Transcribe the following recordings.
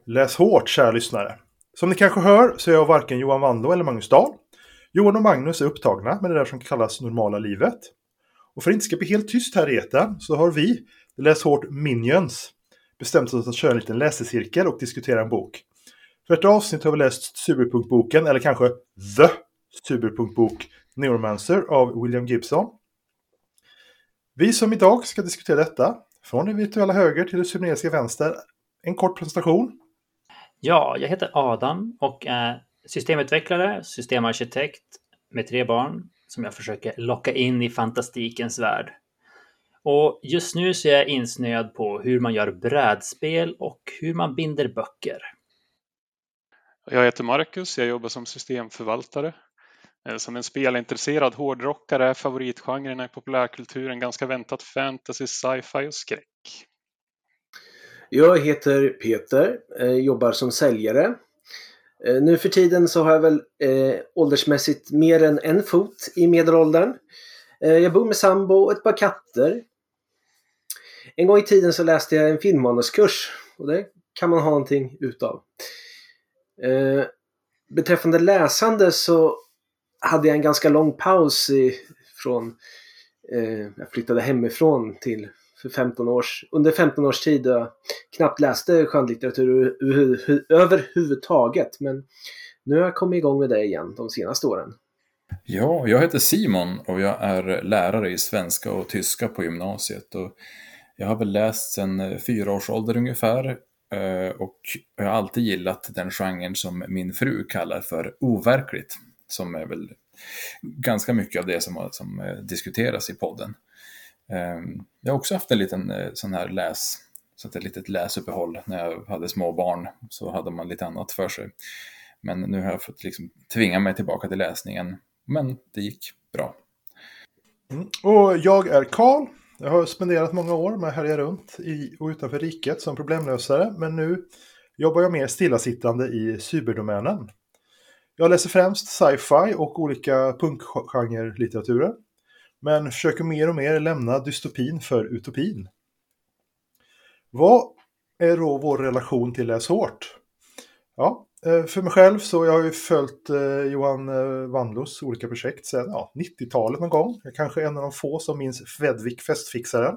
Läs hårt, kära lyssnare. Som ni kanske hör så är jag varken Johan Wando eller Magnus Dahl. Johan och Magnus är upptagna med det där som kallas normala livet. Och för att det inte ska bli helt tyst här i etern så har vi, Läs hårt Minions, bestämt oss att köra en liten läsecirkel och diskutera en bok. För ett avsnitt har vi läst Cyberpunk-boken, eller kanske The Cyberpunk-bok, Neuromancer av William Gibson. Vi som idag ska diskutera detta, från det virtuella höger till det cybernetiska vänster, en kort presentation. Ja, jag heter Adam och är systemutvecklare, systemarkitekt med 3 barn som jag försöker locka in i fantastikens värld. Och just nu så är jag insnöad på hur man gör brädspel och hur man binder böcker. Jag heter Marcus, jag jobbar som systemförvaltare. Som en spelintresserad hårdrockare är favoritgenrerna i populärkulturen ganska väntat fantasy, sci-fi och skräck. Jag heter Peter, jobbar som säljare. Nu för tiden så har jag väl åldersmässigt mer än en fot i medelåldern. Jag bor med sambo och ett par katter. En gång i tiden så läste jag en filmmanuskurs och det kan man ha någonting utav. Beträffande läsande så hade jag en ganska lång paus jag flyttade hemifrån under 15 års tid och jag knappt läste skönlitteratur överhuvudtaget, men nu har jag kommit igång med det igen de senaste åren. Ja, jag heter Simon och jag är lärare i svenska och tyska på gymnasiet och jag har väl läst sedan 4 års ålder ungefär och jag har alltid gillat den genren som min fru kallar för overkligt, som är väl ganska mycket av det som diskuteras i podden. Jag har också haft en liten sån här ett litet läsuppehåll. När jag hade små barn så hade man lite annat för sig. Men nu har jag fått tvinga mig tillbaka till läsningen. Men det gick bra. Och jag är Karl. Jag har spenderat många år med att härja runt i och utanför riket som problemlösare. Men nu jobbar jag mer stillasittande i cyberdomänen. Jag läser främst sci-fi och olika punkgenre-litteraturer. Men försöker mer och mer lämna dystopin för utopin. Vad är då vår relation till Läs hårt? Ja, för mig själv så jag har ju följt Johan Wandlos olika projekt sedan 90-talet någon gång. Jag är kanske en av de få som minns Fredvik Festfixaren.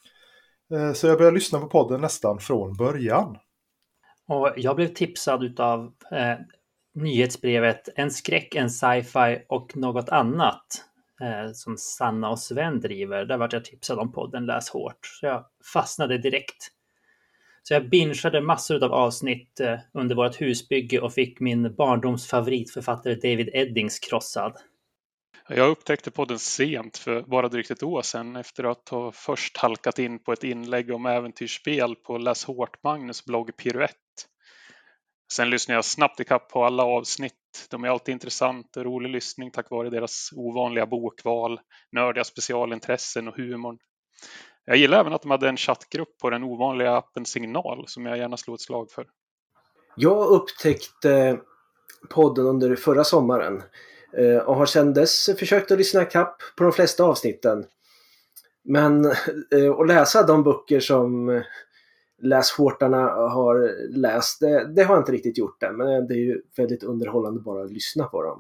Så jag började lyssna på podden nästan från början. Och jag blev tipsad utav nyhetsbrevet En skräck, en sci-fi och något annat som Sanna och Sven driver. Där var jag tipsad om podden Läs hårt. Så jag fastnade direkt. Så jag bingeade massor av avsnitt under vårt husbygge och fick min barndoms favoritförfattare David Eddings krossad. Jag upptäckte podden sent, för bara drygt ett år sedan, efter att ha först halkat in på ett inlägg om äventyrsspel på Läs hårt Magnus blogg Piruett. Sen lyssnade jag snabbt ikapp på alla avsnitt. De är alltid intressant och rolig lyssning tack vare deras ovanliga bokval, nördiga specialintressen och humorn. Jag gillar även att de hade en chattgrupp på den ovanliga appen Signal som jag gärna slår ett slag för. Jag upptäckte podden under förra sommaren och har sedan dess försökt att lyssna ikapp på de flesta avsnitten. Men att läsa de böcker som läshårtarna har läst, det har jag inte riktigt gjort än. Men det är ju väldigt underhållande bara att lyssna på dem.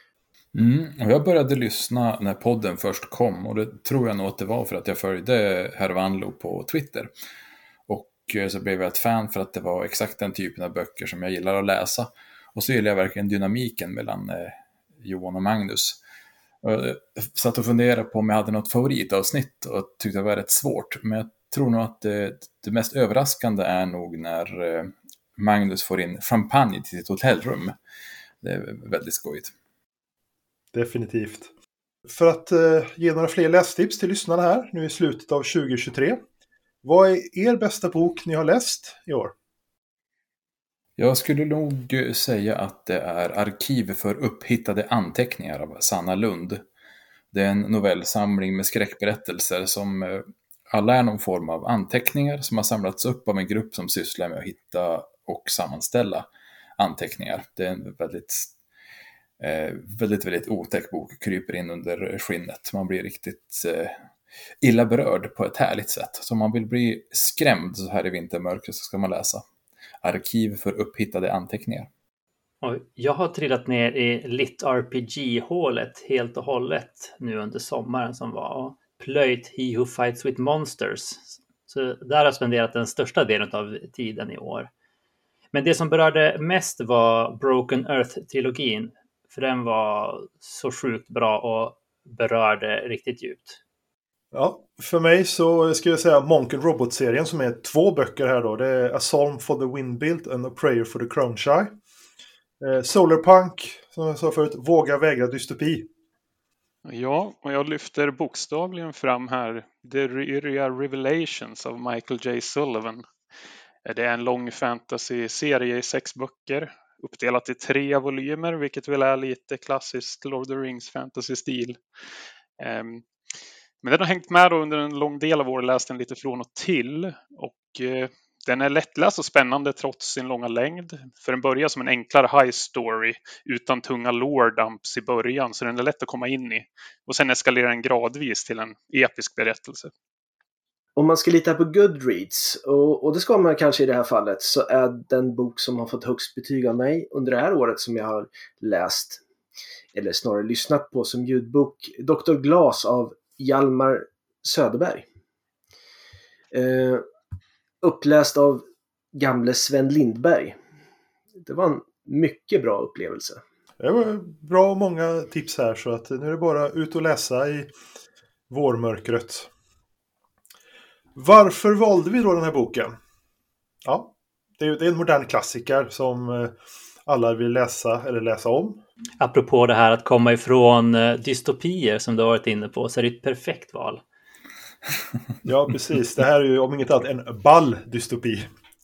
Och jag började lyssna när podden först kom och det tror jag nog att det var för att jag följde herr Vanlo på Twitter. Och så blev jag ett fan för att det var exakt den typen av böcker som jag gillar att läsa. Och så gillar jag verkligen dynamiken mellan Johan och Magnus. Jag satt och funderade på om jag hade något favoritavsnitt och tyckte det var rätt svårt. Men jag tror nog att det mest överraskande är nog när Magnus får in champagne till sitt hotellrum. Det är väldigt skojigt. Definitivt. För att ge några fler lästips till lyssnarna här nu i slutet av 2023. Vad är er bästa bok ni har läst i år? Jag skulle nog säga att det är Arkiv för upphittade anteckningar av Sanna Lund. Det är en novellsamling med skräckberättelser som alla är någon form av anteckningar som har samlats upp av en grupp som sysslar med att hitta och sammanställa anteckningar. Det är en väldigt otäck bok, kryper in under skinnet. Man blir riktigt illa berörd på ett härligt sätt. Så om man vill bli skrämd så här i vintermörker så ska man läsa arkiv för upphittade anteckningar. Och jag har trillat ner i Lit-RPG-hålet helt och hållet nu under sommaren som var och plöjt He Who Fights With Monsters. Så där har jag spenderat den största delen av tiden i år. Men det som berörde mest var Broken Earth-trilogin. För den var så sjukt bra och berörde riktigt djupt. Ja, för mig så skulle jag säga Monk and Robot-serien som är 2 böcker här då. Det är A Psalm for the Windbuilt and A Prayer for the Cronshy. Solarpunk, som jag sa förut, Våga vägra dystopi. Ja, och jag lyfter bokstavligen fram här The Iria Revelations av Michael J. Sullivan. Det är en lång fantasy-serie i 6 böcker, uppdelat i 3 volymer, vilket väl är lite klassiskt Lord of the Rings fantasy-stil. Men den har hängt med då under en lång del av året, läst den lite från och till. Och den är lättläst och spännande trots sin långa längd. För den börjar som en enklare high story utan tunga lore dumps i början, så den är lätt att komma in i. Och sen eskalerar den gradvis till en episk berättelse. Om man ska lita på Goodreads, och det ska man kanske i det här fallet, så är den bok som har fått högst betyg av mig under det här året som jag har läst, eller snarare lyssnat på som ljudbok, Dr. Glas av Hjalmar Söderberg. Uppläst av gamle Sven Lindberg. Det var en mycket bra upplevelse. Det var bra många tips här, så att nu är det bara ut och läsa i vårmörkret. Varför valde vi då den här boken? Ja, det är en modern klassiker som alla vill läsa eller läsa om. Apropå det här att komma ifrån dystopier som du har varit inne på, så är det ett perfekt val. Ja, precis. Det här är ju om inget annat en ball dystopi.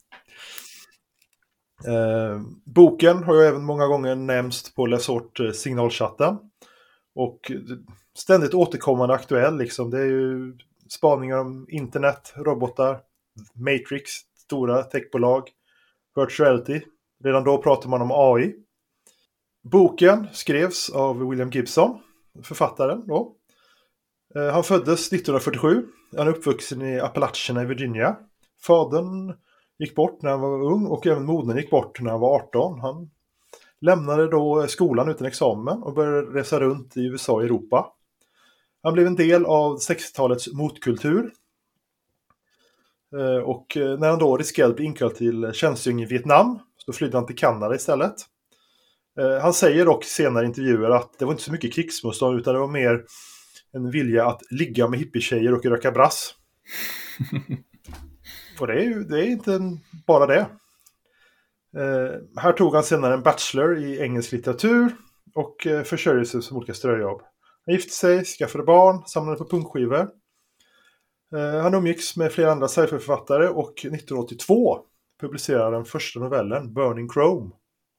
Boken har ju även många gånger nämnts på Läsort signalchatten. Och ständigt återkommande aktuell. Liksom. Det är ju spaningar om internet, robotar, Matrix, stora techbolag, virtuality. Redan då pratar man om AI. Boken skrevs av William Gibson, författaren då. Han föddes 1947. Han är uppvuxen i Appalacherna i Virginia. Fadern gick bort när han var ung och även modern gick bort när han var 18. Han lämnade då skolan utan examen och började resa runt i USA och Europa. Han blev en del av 60-talets motkultur. Och när han då riskerade att bli inkallad till tjänstgöring i Vietnam så flydde han till Kanada istället. Han säger dock senare i intervjuer att det var inte så mycket krigsmotstånd utan det var mer en vilja att ligga med hippietjejer och röka brass. Och det är inte bara det. Här tog han senare en bachelor i engelsk litteratur och försörjde sig som olika ströjobb. Han gifte sig, skaffade barn, samlade på punkskivor. Han umgicks med flera andra sci-fi-författare och 1982 publicerade den första novellen Burning Chrome.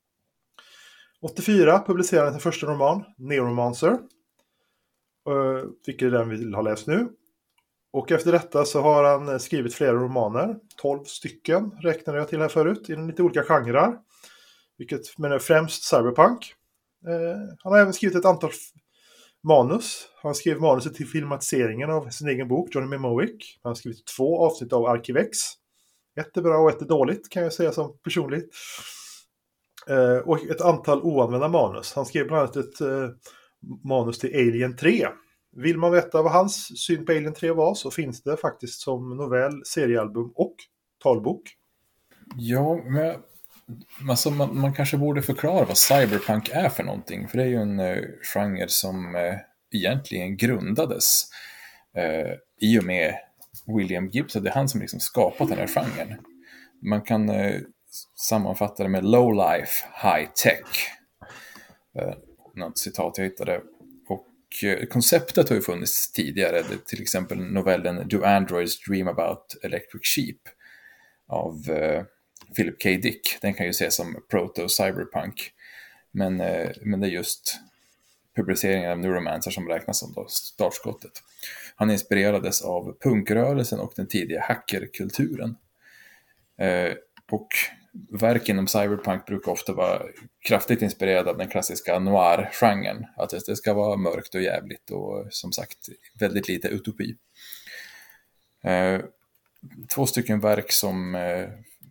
84 publicerade han sin första roman, Neuromancer, vilket är den vi har läst nu. Och efter detta så har han skrivit flera romaner, 12 stycken räknade jag till här förut, i lite olika genrer, vilket menar främst cyberpunk. Han har även skrivit ett antal manus. Han skrev manuset till filmatiseringen av sin egen bok, Johnny Mnemonic. Han har skrivit 2 avsnitt av Arkivex. Ett är bra och ett är dåligt, kan jag säga som personligt. Och ett antal oanvända manus. Han skrev bland annat ett manus till Alien 3. Vill man veta vad hans syn på Alien 3 var så finns det faktiskt som novell, seriealbum och talbok. Ja, men alltså man kanske borde förklara vad cyberpunk är för någonting. För det är ju en genre som egentligen grundades i och med William Gibson. Det är han som liksom skapat den här genren. Man kan sammanfatta det med low life, high tech. Något citat jag hittade. Och konceptet har ju funnits tidigare. Det är till exempel novellen Do Androids Dream About Electric Sheep av Philip K. Dick. Den kan ju ses som proto-cyberpunk. Men det är just publiceringen av Neuromancer som räknas som då startskottet. Han inspirerades av punkrörelsen och den tidiga hackerkulturen. Och verk inom cyberpunk brukar ofta vara kraftigt inspirerade av den klassiska noir-genren. Att det ska vara mörkt och jävligt och som sagt väldigt lite utopi. 2 stycken verk som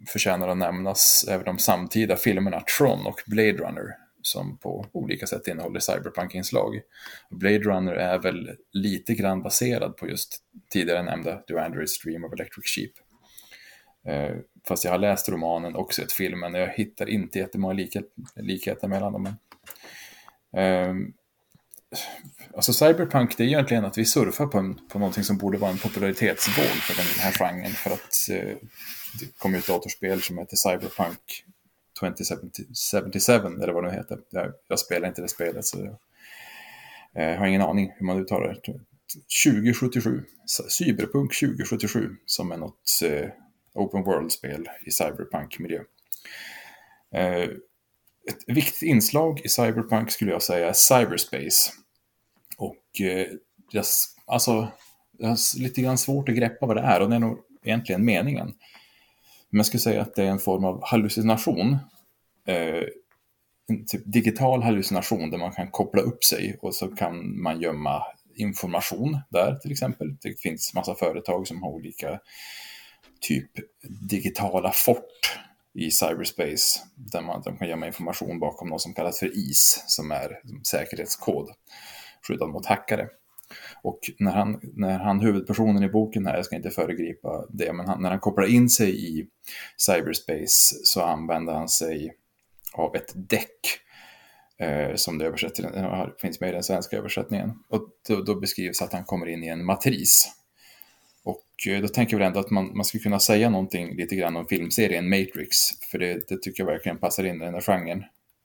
förtjänar att nämnas även de samtida filmerna Tron och Blade Runner, som på olika sätt innehåller cyberpunk-inslag. Blade Runner är väl lite grann baserad på just tidigare nämnda The Android's Dream of Electric Sheep. Fast jag har läst romanen och sett filmen, och jag hittar inte jättemånga likheter mellan dem. Alltså cyberpunk, det är egentligen att vi surfar på någonting som borde vara en popularitetsvåg för den här genren, för att det kom ut ett datorspel som heter Cyberpunk 2077 eller vad det nu heter. Jag spelar inte det spelet, så jag har ingen aning hur man uttalar det. 2077, Cyberpunk 2077, som är något open world-spel i cyberpunk-miljö. Ett viktigt inslag i cyberpunk skulle jag säga är cyberspace. Och jag har lite grann svårt att greppa vad det är, och det är nog egentligen meningen. Men jag skulle säga att det är en form av hallucination. En typ digital hallucination där man kan koppla upp sig och så kan man gömma information där till exempel. Det finns massa företag som har olika typ digitala fort i cyberspace där de kan gömma information bakom något som kallas för IS, som är säkerhetskod skyddad mot hackare. Och när han huvudpersonen i boken här, jag ska inte föregripa det, men när han kopplar in sig i cyberspace så använder han sig av ett däck som det finns med i den svenska översättningen. Och då beskrivs att han kommer in i en matris. Och då tänker jag väl ändå att man skulle kunna säga någonting lite grann om filmserien Matrix, för det tycker jag verkligen passar in i den här genren.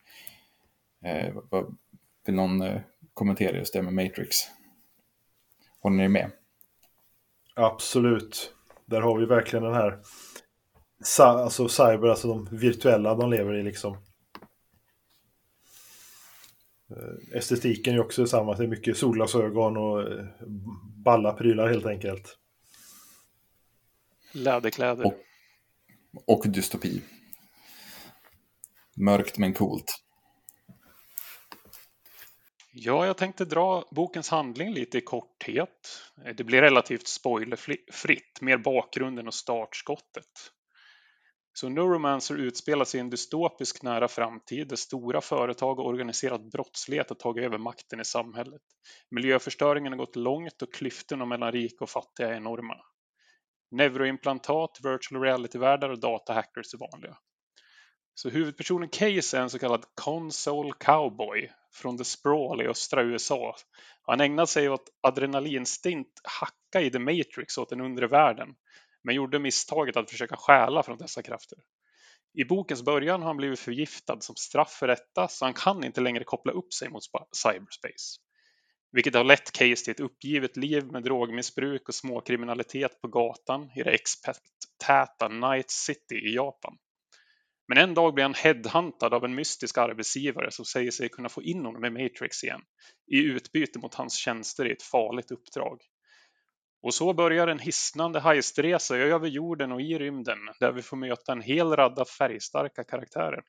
Vill någon kommentera just det med Matrix? Håller ni med? Absolut. Där har vi verkligen den här alltså cyber, alltså de virtuella de lever i liksom. Estetiken är också samma, det är mycket solglasögon och balla prylar helt enkelt. Läderkläder. Och dystopi. Mörkt men coolt. Ja, jag tänkte dra bokens handling lite i korthet. Det blir relativt spoilerfritt, mer bakgrunden och startskottet. Så Neuromancer utspelar sig i en dystopisk nära framtid där stora företag och organiserad brottslighet har tagit över makten i samhället. Miljöförstöringen har gått långt och klyftorna mellan rika och fattiga är enorma. Neuroimplantat, virtual reality-världar och datahackers är vanliga. Så huvudpersonen Case är en så kallad console cowboy från The Sprawl i östra USA. Han ägnade sig åt adrenalinstint hacka i The Matrix åt den undre världen, men gjorde misstaget att försöka stjäla från dessa krafter. I bokens början har han blivit förgiftad som straff för detta, så han kan inte längre koppla upp sig mot cyberspace. Vilket har lett Case till ett uppgivet liv med drogmissbruk och småkriminalitet på gatan i det expat-täta Night City i Japan. Men en dag blir han headhuntad av en mystisk arbetsgivare som säger sig kunna få in honom i Matrix igen i utbyte mot hans tjänster i ett farligt uppdrag. Och så börjar en hisnande heistresa över jorden och i rymden där vi får möta en hel radda färgstarka karaktärer.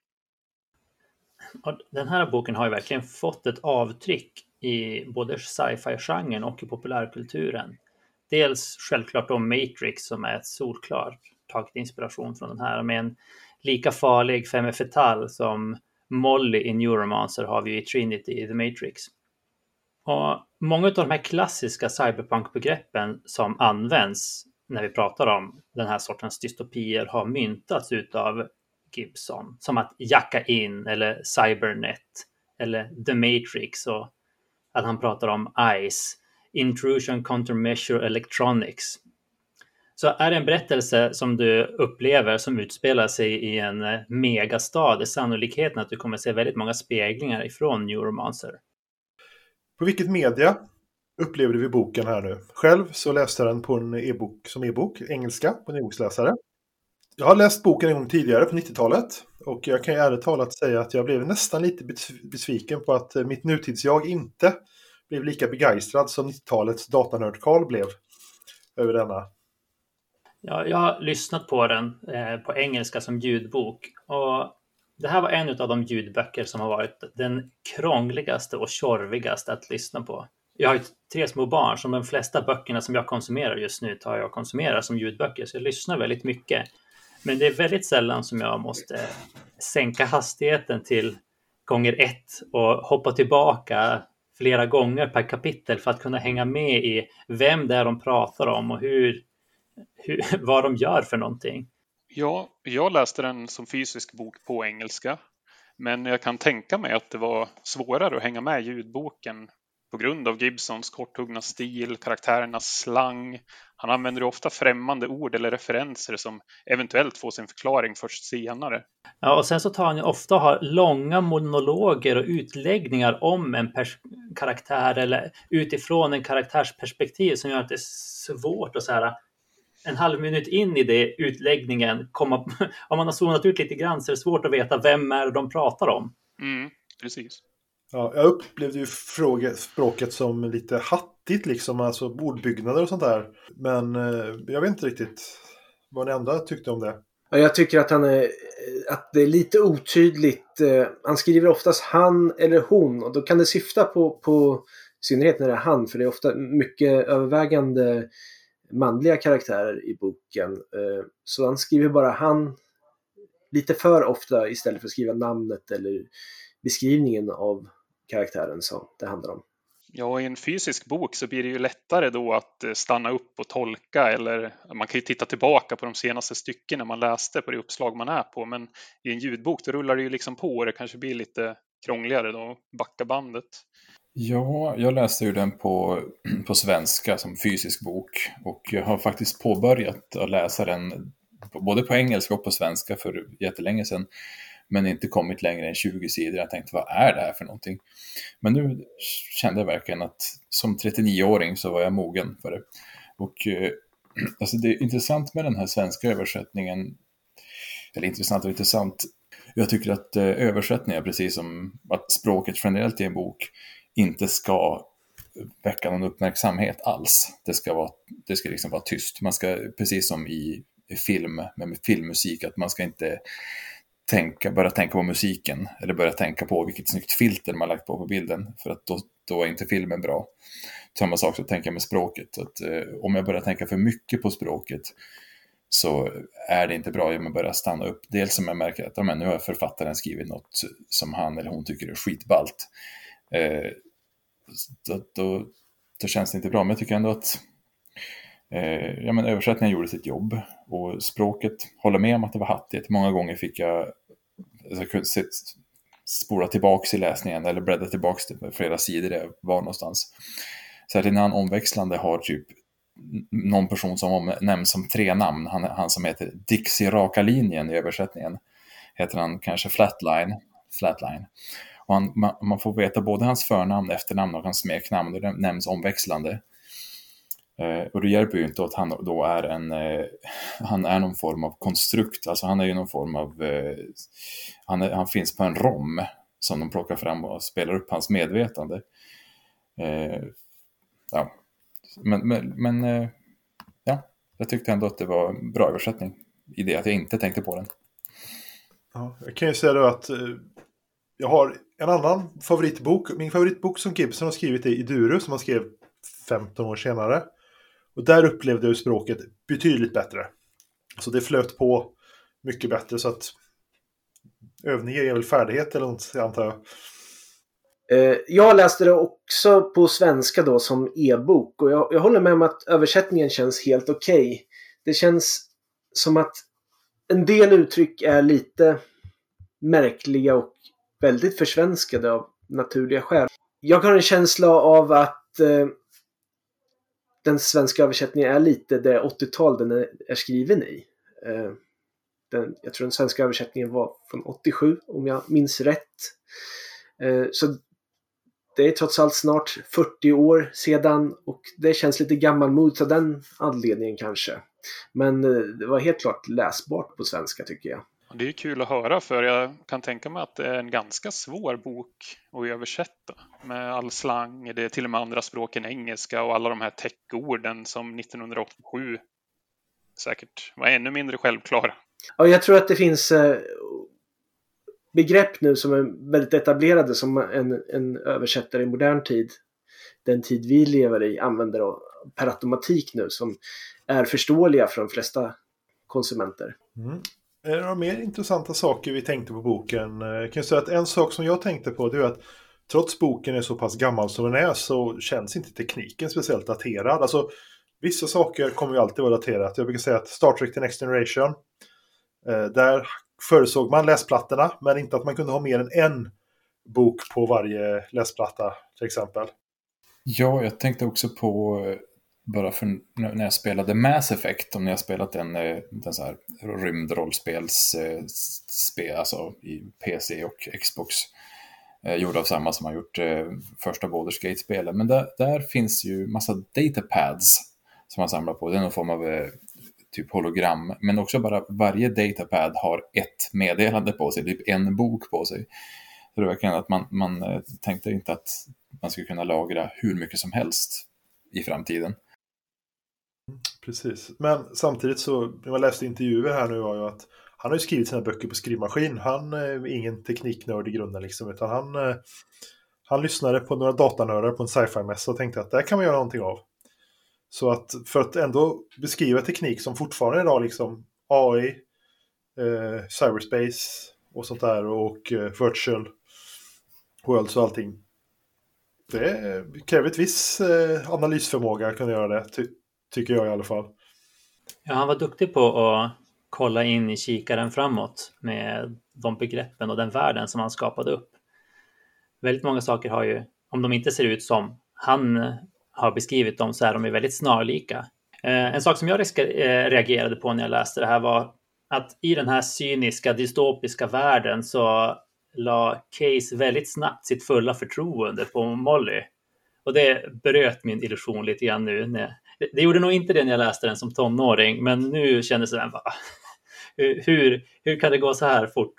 Och den här boken har ju verkligen fått ett avtryck i både sci-fi-genren och i populärkulturen. Dels självklart om Matrix som är ett solklart tagit inspiration från den här, med en lika farlig femme fatale som Molly i Neuromancer har vi i Trinity i The Matrix. Och många av de här klassiska cyberpunk-begreppen som används när vi pratar om den här sortens dystopier har myntats utav Gibson, som att jacka in eller cybernet eller The Matrix, och att han pratar om ICE, Intrusion Countermeasure Electronics. Så är det en berättelse som du upplever som utspelar sig i en megastad, är sannolikheten att du kommer se väldigt många speglingar ifrån Neuromancer. På vilket media upplevde vi boken här nu? Själv så läste jag den på en e-bok som e-bok, engelska, på en e-boksläsare. Jag har läst boken en gång tidigare på 90-talet och jag kan ju ärligt talat säga att jag blev nästan lite besviken på att mitt nutidsjag inte blev lika begeistrad som 90-talets datanörd Carl blev över denna. Ja, jag har lyssnat på den på engelska som ljudbok, och det här var en av de ljudböcker som har varit den krångligaste och tjorvigaste att lyssna på. Jag har ju 3 små barn, som de flesta böckerna som jag konsumerar just nu konsumerar som ljudböcker, så jag lyssnar väldigt mycket. Men det är väldigt sällan som jag måste sänka hastigheten till gånger 1 och hoppa tillbaka flera gånger per kapitel för att kunna hänga med i vem det är de pratar om och vad de gör för någonting. Ja, jag läste den som fysisk bok på engelska. Men jag kan tänka mig att det var svårare att hänga med i ljudboken på grund av Gibsons korthuggna stil, karaktärernas slang. Han använder ofta främmande ord eller referenser som eventuellt får sin förklaring först senare. Ja, och sen så tar han ju ofta har långa monologer och utläggningar om en karaktär eller utifrån en karaktärs perspektiv som gör att det är svårt att så här en halv minut in i det utläggningen om man har zonat ut lite grann så är det svårt att veta vem är de pratar om. Precis. Ja, jag upplevde ju språket som lite hattigt liksom, alltså ordbyggnader och sånt där. Men jag vet inte riktigt vad ni andra tyckte om det. Ja, jag tycker att att det är lite otydligt. Han skriver oftast han eller hon och då kan det syfta på i synnerhet när det är han, för det är ofta mycket övervägande manliga karaktärer i boken. Så han skriver bara han lite för ofta istället för att skriva namnet eller beskrivningen av karaktären som det handlar om. Ja, i en fysisk bok så blir det ju lättare då att stanna upp och tolka, eller man kan ju titta tillbaka på de senaste styckena man läste på det uppslag man är på, men i en ljudbok då rullar det ju liksom på och det kanske blir lite krångligare då, backa bandet. Ja, jag läste ju den på svenska som fysisk bok och jag har faktiskt påbörjat att läsa den både på engelska och på svenska för jättelänge sedan, men inte kommit längre än 20 sidor. Jag tänkte, vad är det här för någonting? Men nu kände jag verkligen att som 39-åring så var jag mogen för det. Och alltså det är intressant med den här svenska översättningen, eller intressant. Jag tycker att översättningar, precis som att språket generellt i en bok inte ska väcka någon uppmärksamhet alls. Det ska liksom vara tyst. Man ska, precis som i film, med filmmusik, att man ska inte börja tänka på musiken eller börja tänka på vilket snyggt filter man lagt på bilden, för att då är inte filmen bra. Samma sak så tänker jag med språket, att om jag börjar tänka för mycket på språket så är det inte bra om jag börjar stanna upp. Dels som jag märker att nu har författaren skrivit något som han eller hon tycker är skitballt. Då känns det inte bra, men jag tycker ändå att översättningen gjorde sitt jobb och språket, håller med om att det var hattigt. Många gånger fick jag spola tillbaks i läsningen eller bläddra tillbaks till flera sidor där jag var någonstans. Särskilt när han omväxlande har typ någon person som nämns som 3 namn. Han som heter Dixie Raka Linjen i översättningen heter han kanske Flatline. Och man får veta både hans förnamn, efternamn och hans smeknamn, och det nämns omväxlande. Och det hjälper ju inte att han då är han är någon form av konstrukt. Alltså han är ju någon form av han finns på en rom som de plockar fram och spelar upp hans medvetande. Ja. Men jag tyckte ändå att det var en bra översättning i det att jag inte tänkte på den. Ja, jag kan ju säga då att jag har en annan favoritbok. Min favoritbok som Gibson har skrivit är Iduru, som han skrev 15 år senare. Och där upplevde jag språket betydligt bättre. Så det flöt på mycket bättre, så att övning är väl färdighet eller något, antar jag. Jag läste det också på svenska då som e-bok, och jag håller med om att översättningen känns helt okej. Det känns som att en del uttryck är lite märkliga och väldigt försvenskade av naturliga skäl. Jag har en känsla av att den svenska översättningen är lite det 80-tal den är skriven i. Jag tror den svenska översättningen var från 87 om jag minns rätt. Så det är trots allt snart 40 år sedan och det känns lite gammalmodigt av den anledningen kanske. Men det var helt klart läsbart på svenska tycker jag. Det är ju kul att höra, för jag kan tänka mig att det är en ganska svår bok att översätta. Med all slang, det är till och med andra språk än engelska och alla de här täckorden som 1987 säkert var ännu mindre självklara. Ja, jag tror att det finns begrepp nu som är väldigt etablerade som en översättare i modern tid, den tid vi lever i, använder per automatik nu, som är förståeliga för de flesta konsumenter. Är det några mer intressanta saker vi tänkte på boken? Jag kan säga att en sak som jag tänkte på det är att trots boken är så pass gammal som den är så känns inte tekniken speciellt daterad. Alltså vissa saker kommer ju alltid vara daterat. Jag brukar säga att Star Trek The Next Generation, där förutsåg man läsplattorna men inte att man kunde ha mer än en bok på varje läsplatta till exempel. Ja, jag tänkte också på bara för när jag spelade Mass Effect, om ni har spelat den så här rymdrollspels alltså i PC och Xbox, gjord av samma som har gjort första Baldur's Gate-spelen. Men där finns ju massa datapads som man samlar på. Det är någon form av typ hologram. Men också bara varje datapad har ett meddelande på sig, typ en bok på sig. Så det var verkligen att man tänkte inte att man skulle kunna lagra hur mycket som helst i framtiden. Precis, men samtidigt så när man läste intervjuer här nu var ju att han har ju skrivit sina böcker på skrivmaskin. Han är ingen tekniknörd i grunden liksom, utan han lyssnade på några datanördar på en sci-fi-mässa och tänkte att där kan man göra någonting av. Så att för att ändå beskriva teknik som fortfarande idag liksom AI, cyberspace och sånt där och virtual worlds och allting. Det kräver ett viss analysförmåga att kunna göra det, tycker jag i alla fall. Ja, han var duktig på att kolla in i kikaren framåt med de begreppen och den världen som han skapade upp. Väldigt många saker har ju, om de inte ser ut som han har beskrivit dem, så är de ju väldigt snarlika. En sak som jag reagerade på när jag läste det här var att i den här cyniska, dystopiska världen så la Case väldigt snabbt sitt fulla förtroende på Molly. Och det bröt min illusion lite grann nu. Det gjorde nog inte det när jag läste den som tonåring, men nu kändes det bara, hur kan det gå så här fort?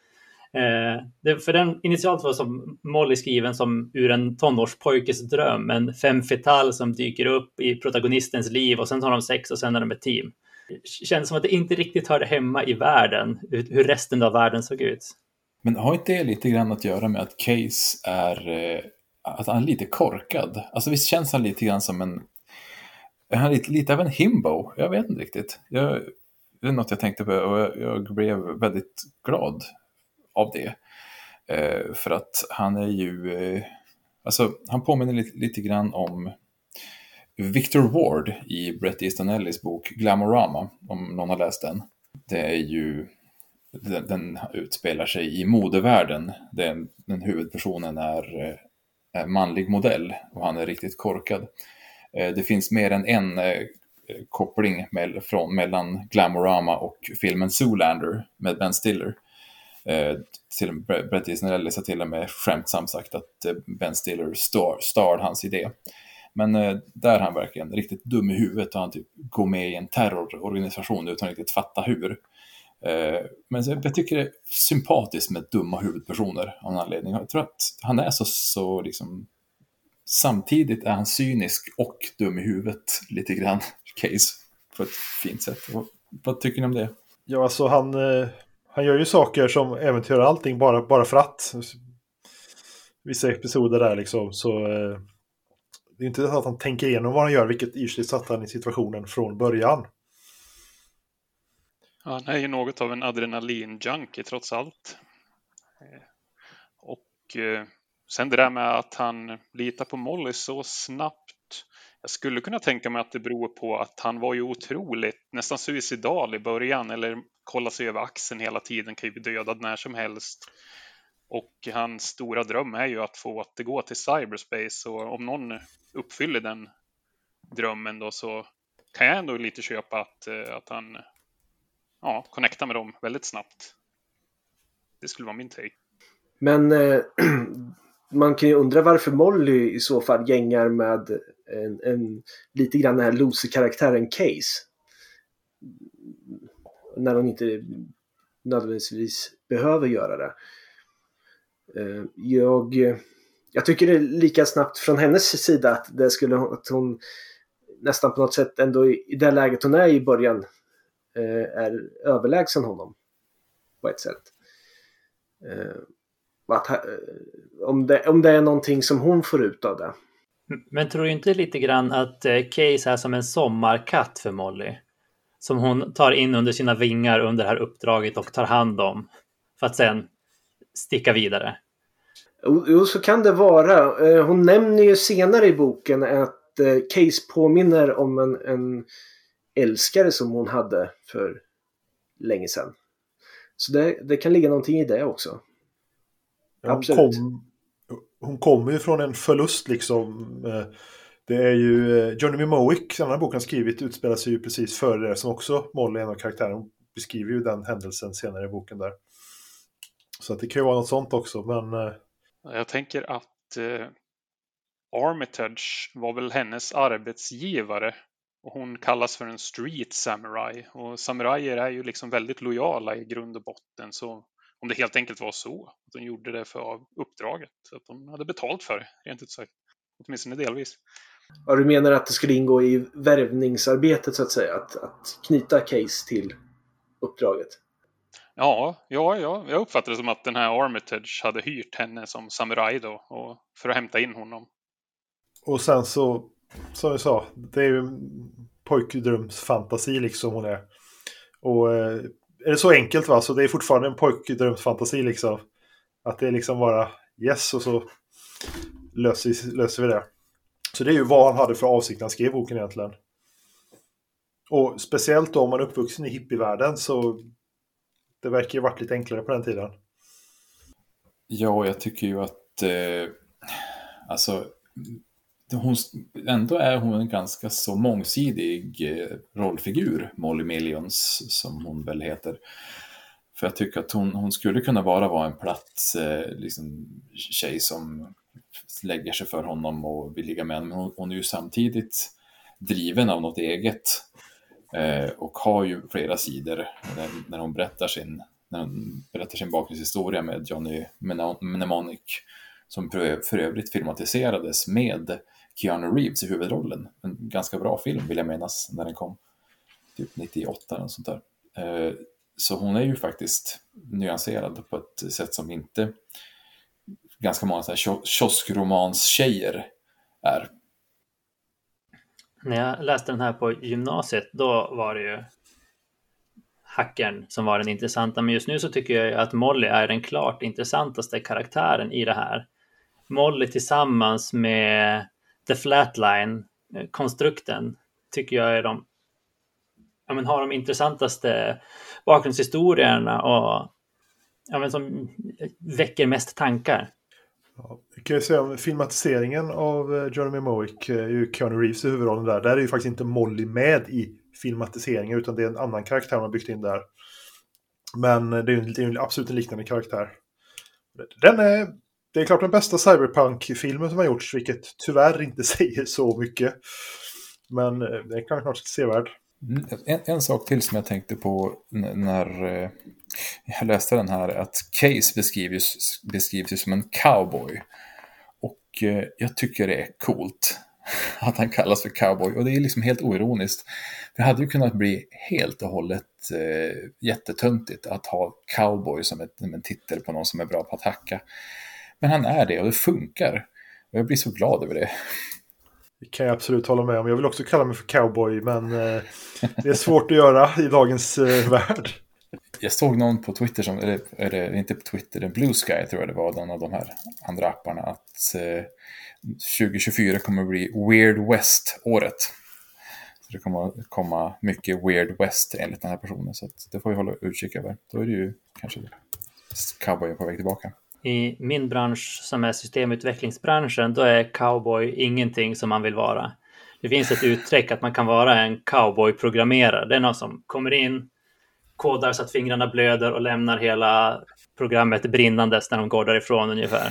För den initialt var som Molly skriven som ur en tonårspojkes dröm, en femme fatale som dyker upp i protagonistens liv och sen tar de sex och sen är de ett team. Det känns som att det inte riktigt hörde hemma i världen, hur resten av världen såg ut. Men har inte det lite grann att göra med att Case att han är lite korkad? Alltså visst känns han lite grann som han är lite av en himbo. Jag vet inte riktigt. Det är något jag tänkte på och jag blev väldigt glad av det. För att han är ju alltså han påminner lite grann om Victor Ward i Bret Easton Ellis bok Glamorama, om någon har läst den. Det är ju den utspelar sig i modevärlden. Den huvudpersonen är manlig modell och han är riktigt korkad. Det finns mer än en koppling mellan Glamorama och filmen Zoolander med Ben Stiller. Bret Easton Ellis har till och med skämtsamt sagt att Ben Stiller star hans idé. Men där är han verkligen riktigt dum i huvudet och han typ går med i en terrororganisation utan att riktigt fatta hur. Men jag tycker det är sympatiskt med dumma huvudpersoner av en anledning. Jag tror att han är så liksom, samtidigt är han cynisk och dum i huvudet lite grann, Case, på ett fint sätt. Vad tycker ni om det? Ja, alltså han gör ju saker som äventyrar allting bara för att. Vissa episoder där liksom, så det är inte att han tänker igenom vad han gör, vilket i sig satt han i situationen från början. Ja, han är ju något av en adrenalin-junkie trots allt. Och sen det där med att han litar på Molly så snabbt. Jag skulle kunna tänka mig att det beror på att han var ju otroligt, nästan suicidal i början. Eller kolla sig över axeln hela tiden, kan ju bli dödad när som helst. Och hans stora dröm är ju att få återgå till cyberspace. Och om någon uppfyller den drömmen då, så kan jag ändå lite köpa att han connectar med dem väldigt snabbt. Det skulle vara min take. Men man kan ju undra varför Molly i så fall gängar med en lite grann den här loser-karaktären Case. När hon inte nödvändigtvis behöver göra det. Jag tycker det är lika snabbt från hennes sida att att hon nästan på något sätt ändå i det läget hon är i början är överlägsen honom på ett sätt. Om det är någonting som hon får ut av det. Men tror du inte lite grann att Case är som en sommarkatt för Molly? som hon tar in under sina vingar under det här uppdraget och tar hand om för att sen sticka vidare. Jo, så kan det vara. Hon nämner ju senare i boken att Case påminner om en älskare som hon hade för länge sedan. Så det kan ligga någonting i det också. Ja, absolut. Hon kommer ju från en förlust liksom. Det är ju Johnny Mnemonic, den här boken har skrivit, utspelar sig ju precis före det, som också Molly, en av karaktärerna. Hon beskriver ju den händelsen senare i boken där. Så att det kan ju vara något sånt också, men... Jag tänker att Armitage var väl hennes arbetsgivare. Och hon kallas för en street samurai. Och samurajer är ju liksom väldigt lojala i grund och botten. Så om det helt enkelt var så att de gjorde det för uppdraget. Att de hade betalt för det, rent ut sagt. Åtminstone delvis. Ja, du menar att det skulle ingå i värvningsarbetet så att säga? Att knyta Case till uppdraget? Ja, jag uppfattar det som att den här Armitage hade hyrt henne som samuraj då. Och för att hämta in honom. Och sen så, som jag sa, det är ju pojkdrömsfantasi liksom hon är. Och är det så enkelt va? Så det är fortfarande en pojkdrömsfantasi liksom. Att det är liksom bara yes och så löser vi det. Så det är ju vad han hade för avsikt när han skrev boken egentligen. Och speciellt då om man är uppvuxen i hippievärlden så det verkar ju varit lite enklare på den tiden. Ja, jag tycker ju att alltså ändå är hon en ganska så mångsidig rollfigur, Molly Millions som hon väl heter. För jag tycker att hon skulle kunna vara en platt liksom, tjej som lägger sig för honom och vill ligga med honom. Men hon är ju samtidigt driven av något eget och har ju flera sidor när hon berättar sin bakgrundshistoria med Johnny Mnemonic som för övrigt filmatiserades med Keanu Reeves i huvudrollen. En ganska bra film vill jag menas när den kom. Typ 98 eller sånt där. Så hon är ju faktiskt nyanserad på ett sätt som inte ganska många kioskromanstjejer är. När jag läste den här på gymnasiet, då var det ju hackern som var den intressanta. Men just nu så tycker jag att Molly är den klart intressantaste karaktären i det här. Molly tillsammans med The Flatline-konstrukten tycker jag är har de intressantaste bakgrundshistorierna och som väcker mest tankar. Ja, jag kan ju säga om filmatiseringen av Johnny Mnemonic är ju Keanu Reeves i huvudrollen där. Där är ju faktiskt inte Molly med i filmatiseringen utan det är en annan karaktär man har byggt in där. Men det är ju absolut en liknande karaktär. Det är klart den bästa cyberpunk-filmen som har gjorts, vilket tyvärr inte säger så mycket. Men det kan klart sevärd. En sak till som jag tänkte på när jag läste den här, att Case beskrivs som en cowboy. Och jag tycker det är coolt att han kallas för cowboy. Och det är liksom helt oironiskt. Det hade ju kunnat bli helt och hållet jättetöntigt att ha cowboy som en titel på någon som är bra på att hacka. Men han är det och det funkar. Och jag blir så glad över det. Det kan jag absolut hålla med om. Jag vill också kalla mig för cowboy, men det är svårt att göra i dagens värld. Jag såg någon på Twitter, eller inte på Twitter, en Blue Sky tror jag det var, den av de här andra apparna, att 2024 kommer att bli Weird West-året. Så det kommer att komma mycket Weird West enligt den här personen, så att det får vi hålla utkik över. Då är det ju kanske cowboy på väg tillbaka. I min bransch som är systemutvecklingsbranschen, då är cowboy ingenting som man vill vara. Det finns ett uttryck att man kan vara en cowboy-programmerare. Det är någon som kommer in, kodar så att fingrarna blöder och lämnar hela programmet brinnandes när de går därifrån ungefär.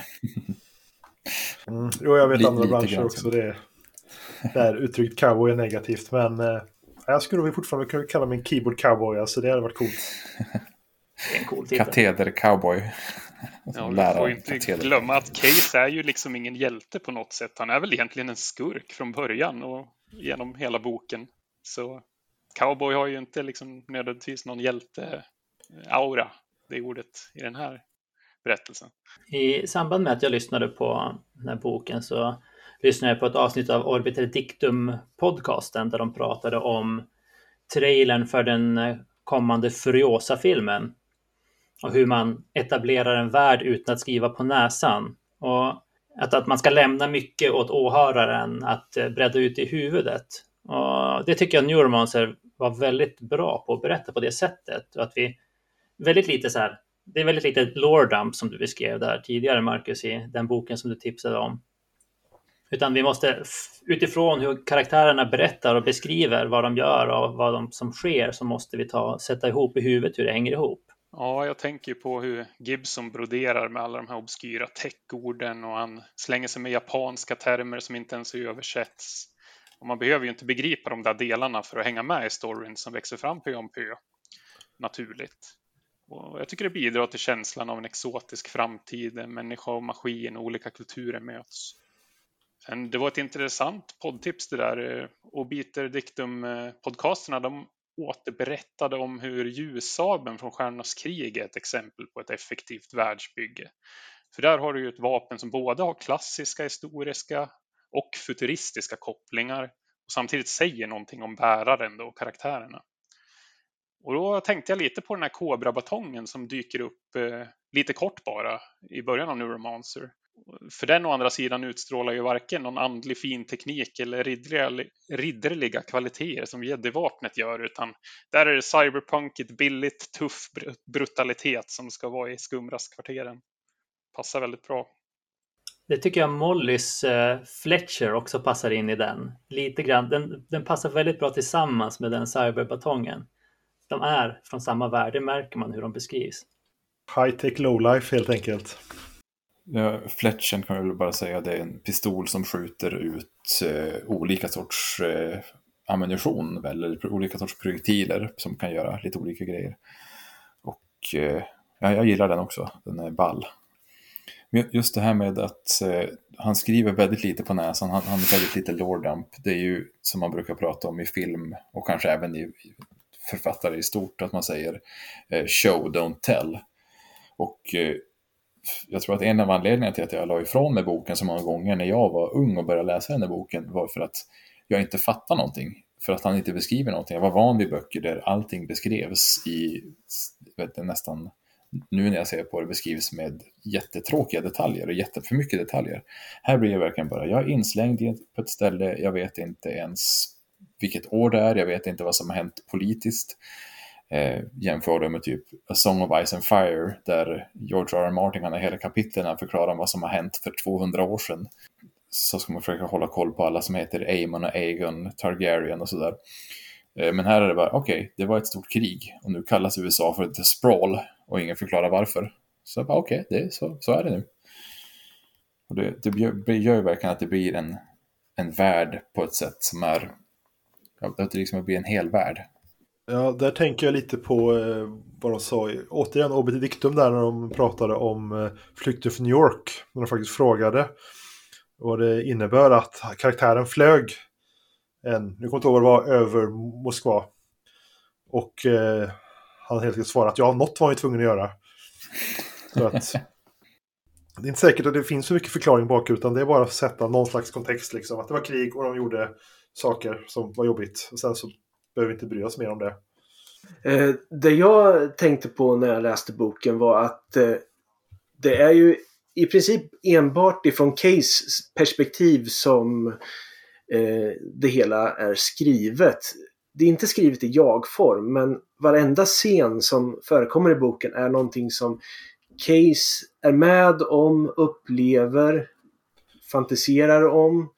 Jo, jag vet andra branscher också. Det är uttryckt cowboy är negativt. Men jag skulle nog fortfarande kunna kalla mig en keyboard cowboy. Alltså det hade varit coolt. Det är en cool titel. Kateder cowboy. Ja, vi får inte glömma att Case är ju liksom ingen hjälte på något sätt. Han är väl egentligen en skurk från början och genom hela boken. Så cowboy har ju inte liksom nödvändigtvis någon hjälte-aura, det ordet i den här berättelsen. I samband med att jag lyssnade på den här boken så lyssnade jag på ett avsnitt av Orbiter Dictum-podcasten där de pratade om trailern för den kommande Furiosa-filmen. Och hur man etablerar en värld utan att skriva på näsan. Och att man ska lämna mycket åt åhöraren att bredda ut i huvudet. Och det tycker jag Neuromancer var väldigt bra på att berätta på det sättet. Och att vi väldigt lite så här, det är väldigt lite lore dump som du beskrev där tidigare, Marcus, i den boken som du tipsade om. Utan vi måste utifrån hur karaktärerna berättar och beskriver vad de gör och vad som sker, så måste vi sätta ihop i huvudet hur det hänger ihop. Ja, jag tänker på hur Gibson broderar med alla de här obskyra techorden och han slänger sig med japanska termer som inte ens översätts. Och man behöver ju inte begripa de där delarna för att hänga med i storyn som växer fram pö om pö. Naturligt. Och jag tycker det bidrar till känslan av en exotisk framtid där människa och maskin och olika kulturer möts. Men det var ett intressant poddtips det där. Obiter Dictum-podcasterna, de återberättade om hur ljussabeln från Stjärnornas krig är ett exempel på ett effektivt världsbygge. För där har du ju ett vapen som både har klassiska, historiska och futuristiska kopplingar och samtidigt säger någonting om bäraren och karaktärerna. Och då tänkte jag lite på den här Cobra-batongen som dyker upp lite kort bara i början av Neuromancer. För den å andra sidan utstrålar ju varken någon andlig finteknik eller ridderliga kvaliteter som Jedi-vapnet gör, utan där är det cyberpunkigt, billigt, tuff brutalitet som ska vara i skumraskkvarteren. Passar väldigt bra. Det tycker jag Mollys Fletcher också passar in i den. Lite grann. Den passar väldigt bra tillsammans med den cyberbatongen. De är från samma värld, det märker man hur de beskrivs. High-tech low-life helt enkelt. Ja, Fletchen kan jag väl bara säga, det är en pistol som skjuter ut olika sorts ammunition, eller olika sorts projektiler som kan göra lite olika grejer. Och jag gillar den också, den är ball. Just det här med att han skriver väldigt lite på näsan, han är väldigt lite lore dump. Det är ju som man brukar prata om i film och kanske även i författare i stort, att man säger show, don't tell. Och jag tror att en av anledningarna till att jag la ifrån med boken så många gånger när jag var ung och började läsa den här boken var för att jag inte fattar någonting. För att han inte beskriver någonting. Jag var van vid böcker där allting beskrevs i nästan, nu när jag ser på det, beskrivs med jättetråkiga detaljer och jätteför mycket detaljer. Här blir jag verkligen bara, jag är inslängd på ett ställe, jag vet inte ens vilket år det är, jag vet inte vad som har hänt politiskt. Jämför det med typ A Song of Ice and Fire där George R. Martin kan ha hela kapitlen förklarar vad som har hänt för 200 år sedan. Så ska man försöka hålla koll på alla som heter Aemon och Aegon Targaryen och sådär. Men här är det bara, okej, det var ett stort krig och nu kallas USA för The Sprawl och ingen förklarar varför. Så bara okej, så är det nu. Och det gör ju verkligen att det blir en värld på ett sätt som är, att det liksom blir en hel värld. Ja, där tänker jag lite på vad de sa, återigen Obiter Dictum där när de pratade om Flykten från New York. När de faktiskt frågade vad det innebär att karaktären flög nu kommer jag inte ihåg vad det var, över Moskva. Och han helt enkelt svarade att ja, något var han ju tvungen att göra. Så att det är inte säkert att det finns så mycket förklaring bak, utan det är bara att sätta någon slags kontext liksom. Att det var krig och de gjorde saker som var jobbigt. Och sen så behöver vi inte bry oss mer om det. Det jag tänkte på när jag läste boken var att det är ju i princip enbart ifrån Kays perspektiv som det hela är skrivet. Det är inte skrivet i jag-form, men varenda scen som förekommer i boken är någonting som Case är med om, upplever, fantiserar om.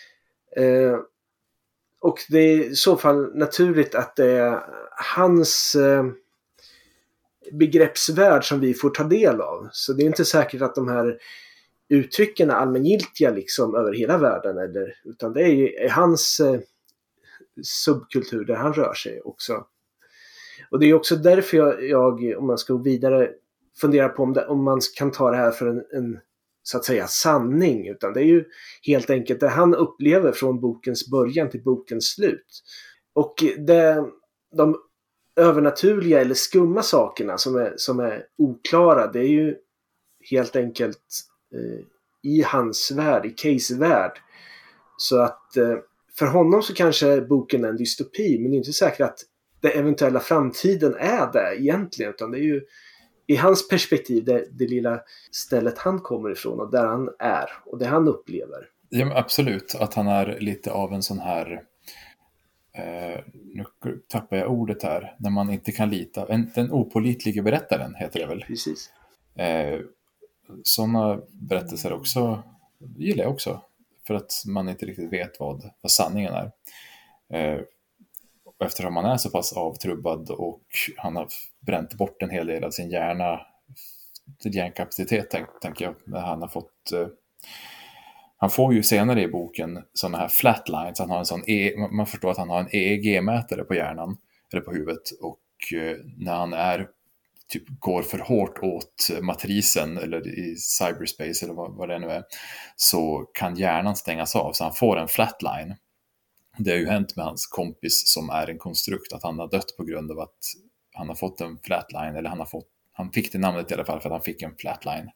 Och det är i så fall naturligt att det är hans begreppsvärld som vi får ta del av. Så det är inte säkert att de här uttrycken är allmängiltiga liksom över hela världen. Utan det är hans subkultur där han rör sig också. Och det är också därför jag om man ska gå vidare, funderar på om man kan ta det här för en så att säga sanning, utan det är ju helt enkelt det han upplever från bokens början till bokens slut. Och de övernaturliga eller skumma sakerna som är oklara, det är ju helt enkelt i hans värld, i Kays värld. Så att för honom så kanske boken är en dystopi, men det är inte säkert att den eventuella framtiden är det egentligen, utan det är ju i hans perspektiv det lilla stället han kommer ifrån och där han är och det han upplever. Ja, absolut, att han är lite av en sån här nu tappar jag ordet här, när man inte kan lita, den opålitliga berättaren heter det väl. Precis. Sådana berättelser också gillar jag också, för att man inte riktigt vet vad sanningen är. Eftersom han är så pass avtrubbad och han har bränt bort en hel del av sin hjärnkapacitet, tänker jag, när han har fått han får ju senare i boken sådana här flatlines. Han har en sån man förstår att han har en EEG-mätare på hjärnan eller på huvudet, och när han är typ går för hårt åt matrisen eller i cyberspace eller vad det nu är, så kan hjärnan stängas av så han får en flatline. Det har ju hänt med hans kompis som är en konstrukt, att han har dött på grund av att han har fått en flatline, eller han fick det namnet i alla fall för att han fick en flatline.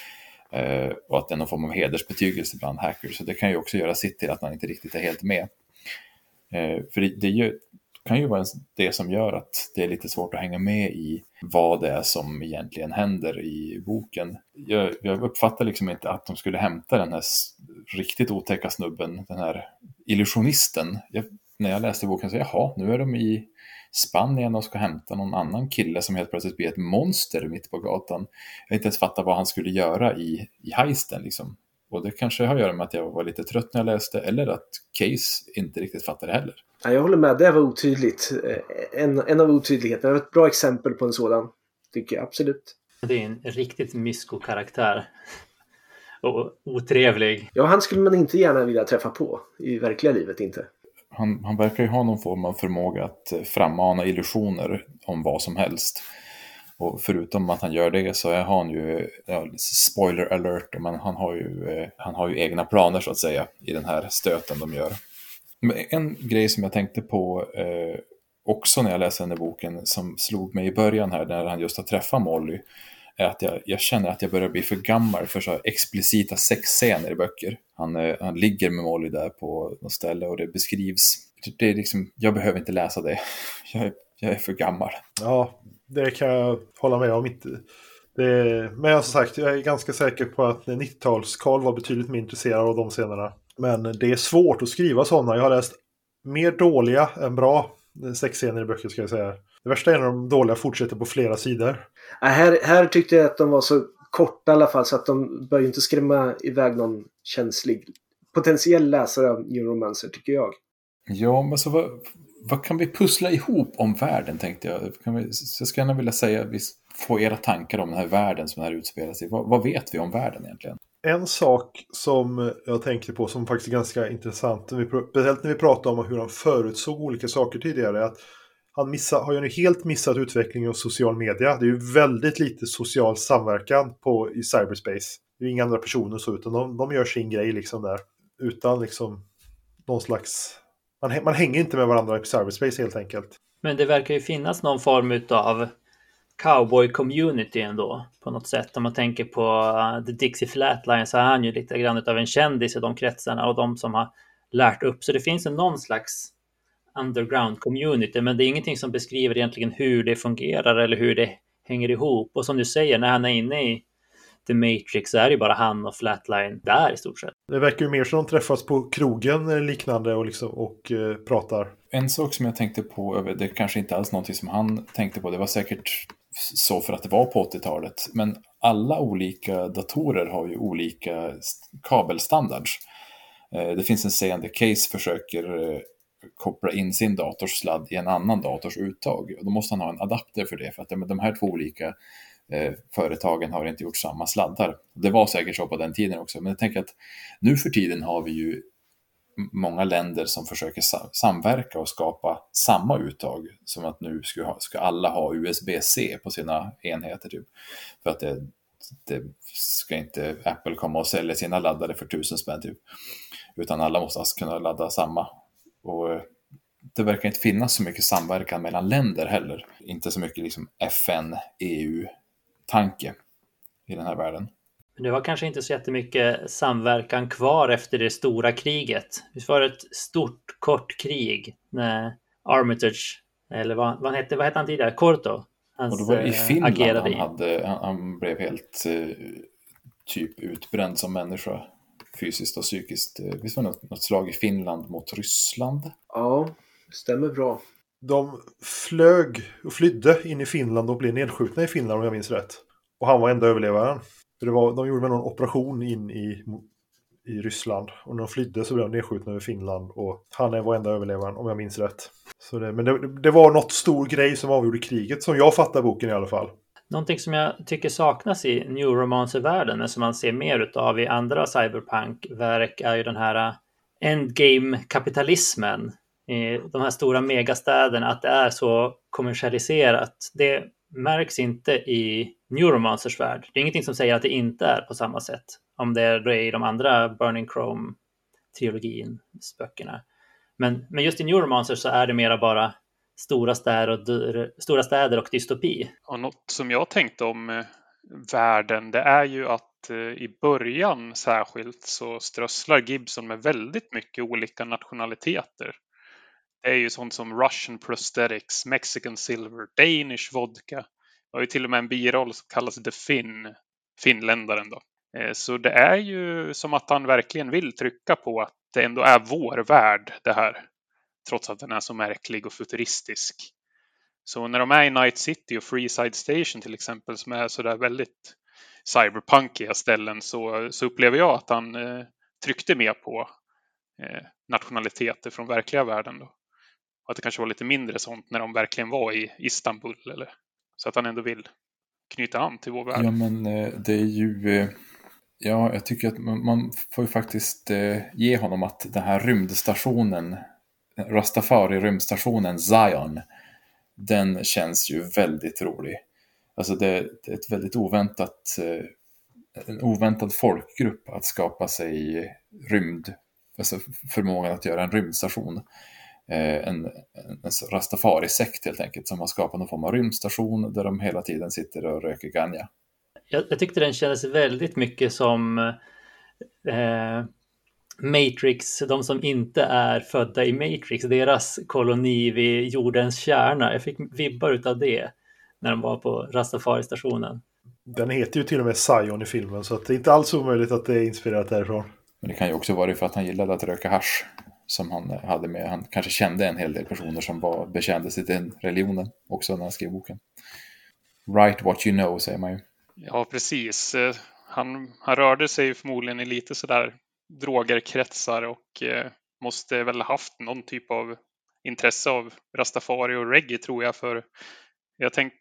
Och att det är någon form av hedersbetygelse bland hackers, så det kan ju också göra sitt till att man inte riktigt är helt med. För det kan ju vara det som gör att det är lite svårt att hänga med i vad det är som egentligen händer i boken. Jag uppfattar liksom inte att de skulle hämta den här riktigt otäcka snubben, den här illusionisten. När jag läste boken så jaha, nu är de i Spanien och ska hämta någon annan kille som helt plötsligt blir ett monster mitt på gatan. Jag inte ens fattar vad han skulle göra i heisten liksom. Och det kanske har att göra med att jag var lite trött när jag läste, eller att Case inte riktigt fattade heller. Ja, jag håller med, det var otydligt. En av otydligheterna. Det var ett bra exempel på en sådan, tycker jag absolut. Det är en riktigt mysko-karaktär. Och otrevlig. Ja, han skulle man inte gärna vilja träffa på i verkliga livet, inte. Han verkar ju ha någon form av förmåga att frammana illusioner om vad som helst. Och förutom att han gör det så har han ju, spoiler alert, men han har ju egna planer så att säga i den här stöten de gör. Men en grej som jag tänkte på också när jag läste den här boken, som slog mig i början här när han just har träffat Molly, är att jag känner att jag börjar bli för gammal för så explicita sexscener i böcker. Han ligger med Molly där på något ställe och det beskrivs. Det är liksom, jag behöver inte läsa det. Jag är för gammal. Ja, det kan jag hålla med om. Men som sagt, jag är ganska säker på att 90-tals-Karl var betydligt mer intresserad av de scenerna. Men det är svårt att skriva sådana. Jag har läst mer dåliga än bra sexscener i böcker, ska jag säga. Det värsta är när de dåliga fortsätter på flera sidor. Här tyckte jag att de var så korta i alla fall, så att de bör ju inte skrämma iväg någon känslig potentiell läsare av New Romancer, tycker jag. Ja, men så vad kan vi pussla ihop om världen, tänkte jag. Jag skulle gärna vilja säga att vi får era tankar om den här världen som den här utspelar sig. Vad vet vi om världen egentligen? En sak som jag tänkte på som faktiskt är ganska intressant, speciellt när vi pratar om hur han förutsåg olika saker tidigare, är att han har ju helt missat utvecklingen av social media. Det är ju väldigt lite social samverkan i cyberspace. Det är ju inga andra personer så, utan de gör sin grej liksom där. Utan liksom någon slags... Man hänger inte med varandra i cyberspace helt enkelt. Men det verkar ju finnas någon form av cowboy-community ändå på något sätt. Om man tänker på The Dixie Flatline så är han ju lite grann av en kändis i de kretsarna och de som har lärt upp. Så det finns någon slags underground community, men det är ingenting som beskriver egentligen hur det fungerar eller hur det hänger ihop. Och som du säger, när han är inne i The Matrix så är det bara han och Flatline där i stort sett. Det verkar ju mer som de träffas på krogen eller liknande och pratar. En sak som jag tänkte på, det är kanske inte alls någonting som han tänkte på, det var säkert så för att det var på 80-talet, men alla olika datorer har ju olika kabelstandards. Det finns en scen där Case försöker koppla in sin dators sladd i en annan dators uttag. Och då måste han ha en adapter för det, för att de här två olika företagen har inte gjort samma sladdar. Det var säkert så på den tiden också, men jag tänker att nu för tiden har vi ju många länder som försöker samverka och skapa samma uttag, som att nu ska alla ha USB-C på sina enheter typ. För att det ska inte Apple komma och sälja sina laddare för 1000 spänn typ. Utan alla måste alltså kunna ladda samma. Och det verkar inte finnas så mycket samverkan mellan länder heller. Inte så mycket liksom FN, EU-tanke i den här världen. Men det var kanske inte så jättemycket samverkan kvar efter det stora kriget. Det var ett stort, kort krig när Armitage Eller vad hette han tidigare? Korto. Och det var i Finland agerade han blev helt typ utbränd som människa, fysiskt och psykiskt. Visst var det något slag i Finland mot Ryssland? Ja, stämmer bra. De flydde in i Finland och blev nedskjutna i Finland om jag minns rätt. Och han var enda överlevaren. De gjorde väl någon operation in i Ryssland. Och när de flydde så blev de nedskjutna över Finland. Och han var enda överlevaren om jag minns rätt. Så men det var något stor grej som avgjorde kriget, som jag fattar boken i alla fall. Någonting som jag tycker saknas i New Romancer-världen, men som man ser mer utav i andra cyberpunk-verk, är ju den här endgame-kapitalismen i de här stora megastäderna, att det är så kommersialiserat. Det märks inte i New Romancers värld. Det är ingenting som säger att det inte är på samma sätt, om det är i de andra Burning Chrome-trilogin-böckerna. Men just i New Romancers så är det mera bara stora städer och dystopi. Och något som jag tänkte om världen, det är ju att i början särskilt så strösslar Gibson med väldigt mycket olika nationaliteter. Det är ju sånt som Russian prosthetics, Mexican silver, Danish vodka. Det har ju till och med en biroll som kallas The finländaren då. Så det är ju som att han verkligen vill trycka på att det ändå är vår värld det här. Trots att den är så märklig och futuristisk. Så när de är i Night City och Freeside Station till exempel, som är sådär väldigt cyberpunkiga ställen, så upplever jag att han tryckte mer på nationaliteter från verkliga världen då. Och att det kanske var lite mindre sånt när de verkligen var i Istanbul. Eller, så att han ändå vill knyta an till vår värld. Ja, men det är ju... Ja, jag tycker att man får ju faktiskt ge honom att den här rymdstationen, Rastafari-rymdstationen Zion, den känns ju väldigt rolig. Alltså det är ett väldigt en oväntad folkgrupp att skapa sig alltså förmågan att göra en rymdstation. En Rastafari-sekt helt enkelt, som har skapat någon form av rymdstation där de hela tiden sitter och röker ganja. Jag tyckte den kändes väldigt mycket som Matrix, de som inte är födda i Matrix, deras koloni vid jordens kärna. Jag fick vibbar utav det när de var på Rastafari-stationen. Den heter ju till och med Zion i filmen, så att det är inte alls omöjligt att det är inspirerat därifrån. Men det kan ju också vara för att han gillade att röka hasch, som han hade med. Han kanske kände en hel del personer som bekände sig till den religionen också när han skrev boken. Write what you know, säger man ju. Ja, precis. Han rörde sig förmodligen i lite sådär drogerkretsar och måste väl haft någon typ av intresse av Rastafari och reggae, tror jag. För jag tänkte,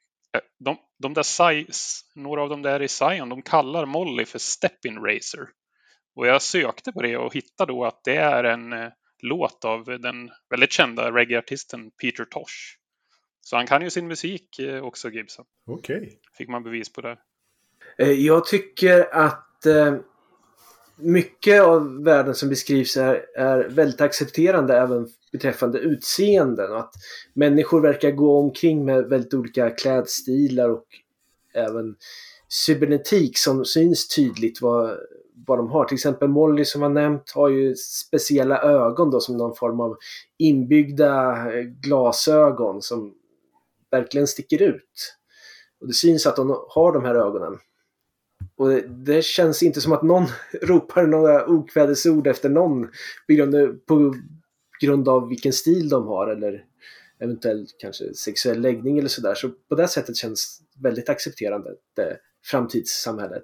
några av dem där i Zion, de kallar Molly för Step-In Racer. Och jag sökte på det och hittade då att det är en låt av den väldigt kända reggae-artisten Peter Tosh. Så han kan ju sin musik också, Gibson. Okej. Fick man bevis på det. Jag tycker att mycket av världen som beskrivs är väldigt accepterande även beträffande utseenden. Och att människor verkar gå omkring med väldigt olika klädstilar och även cybernetik som syns tydligt vad de har. Till exempel Molly, som var nämnt, har ju speciella ögon då, som någon form av inbyggda glasögon som verkligen sticker ut. Och det syns att de har de här ögonen. Och det känns inte som att någon ropar några okvädesord efter någon på grund av vilken stil de har eller eventuellt kanske sexuell läggning eller sådär. Så på det sättet känns väldigt accepterande det framtidssamhället.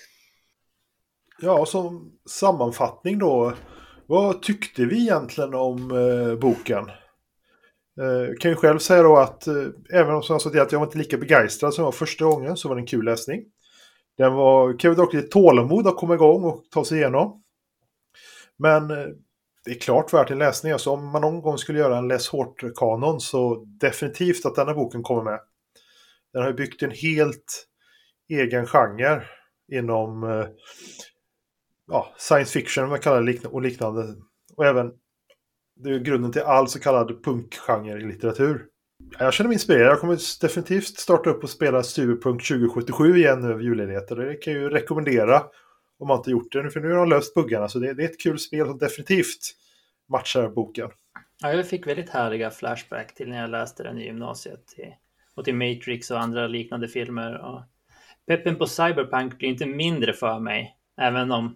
Ja, som sammanfattning då. Vad tyckte vi egentligen om boken? Kan ju själv säga då att även om jag var inte lika begeistrad som jag var första gången, så var det en kul läsning. Den krävde dock lite tålamod att komma igång och ta sig igenom. Men det är klart värt en läsning. Alltså om man någon gång skulle göra en läs hårt-kanon, så definitivt att denna boken kommer med. Den har ju byggt en helt egen genre inom science fiction, man kallar det, och liknande. Och även det är grunden till all så kallad punkgenre i litteratur. Jag känner mig inspirerad. Jag kommer definitivt starta upp och spela Cyberpunk 2077 igen över julledigheten. Det kan jag ju rekommendera om man inte gjort det. För nu har de löst buggarna, så det är ett kul spel som definitivt matchar boken. Ja, jag fick väldigt härliga flashback till när jag läste den i gymnasiet. Och till Matrix och andra liknande filmer. Och peppen på Cyberpunk blir inte mindre för mig. Även om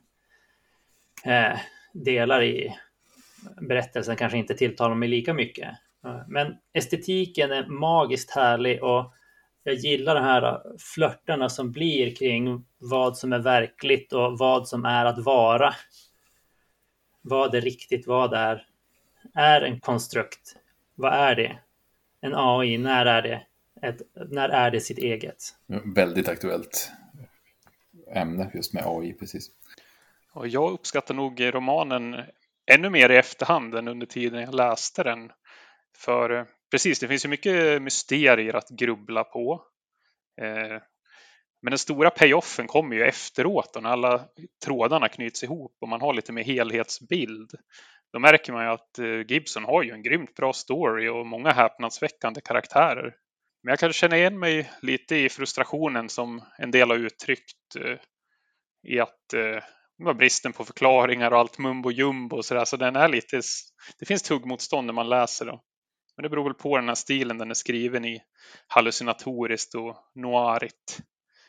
delar i berättelsen kanske inte tilltalar mig lika mycket. Men estetiken är magiskt härlig och jag gillar de här flörtarna som blir kring vad som är verkligt och vad som är att vara. Vad är riktigt, vad är en konstrukt? Vad är det? En AI, när är det sitt eget? Väldigt aktuellt ämne just med AI, precis. Och jag uppskattar nog romanen ännu mer i efterhand än under tiden jag läste den. För precis, det finns ju mycket mysterier att grubbla på. Men den stora payoffen kommer ju efteråt när alla trådarna knyts ihop och man har lite mer helhetsbild. Då märker man ju att Gibson har ju en grymt bra story och många häpnadsväckande karaktärer. Men jag kan känna igen mig lite i frustrationen som en del har uttryckt i att bristen på förklaringar och allt mumbo jumbo och sådär. Så den är lite, det finns tuggmotstånd när man läser då. Men det beror väl på den här stilen den är skriven i, hallucinatoriskt och noirigt.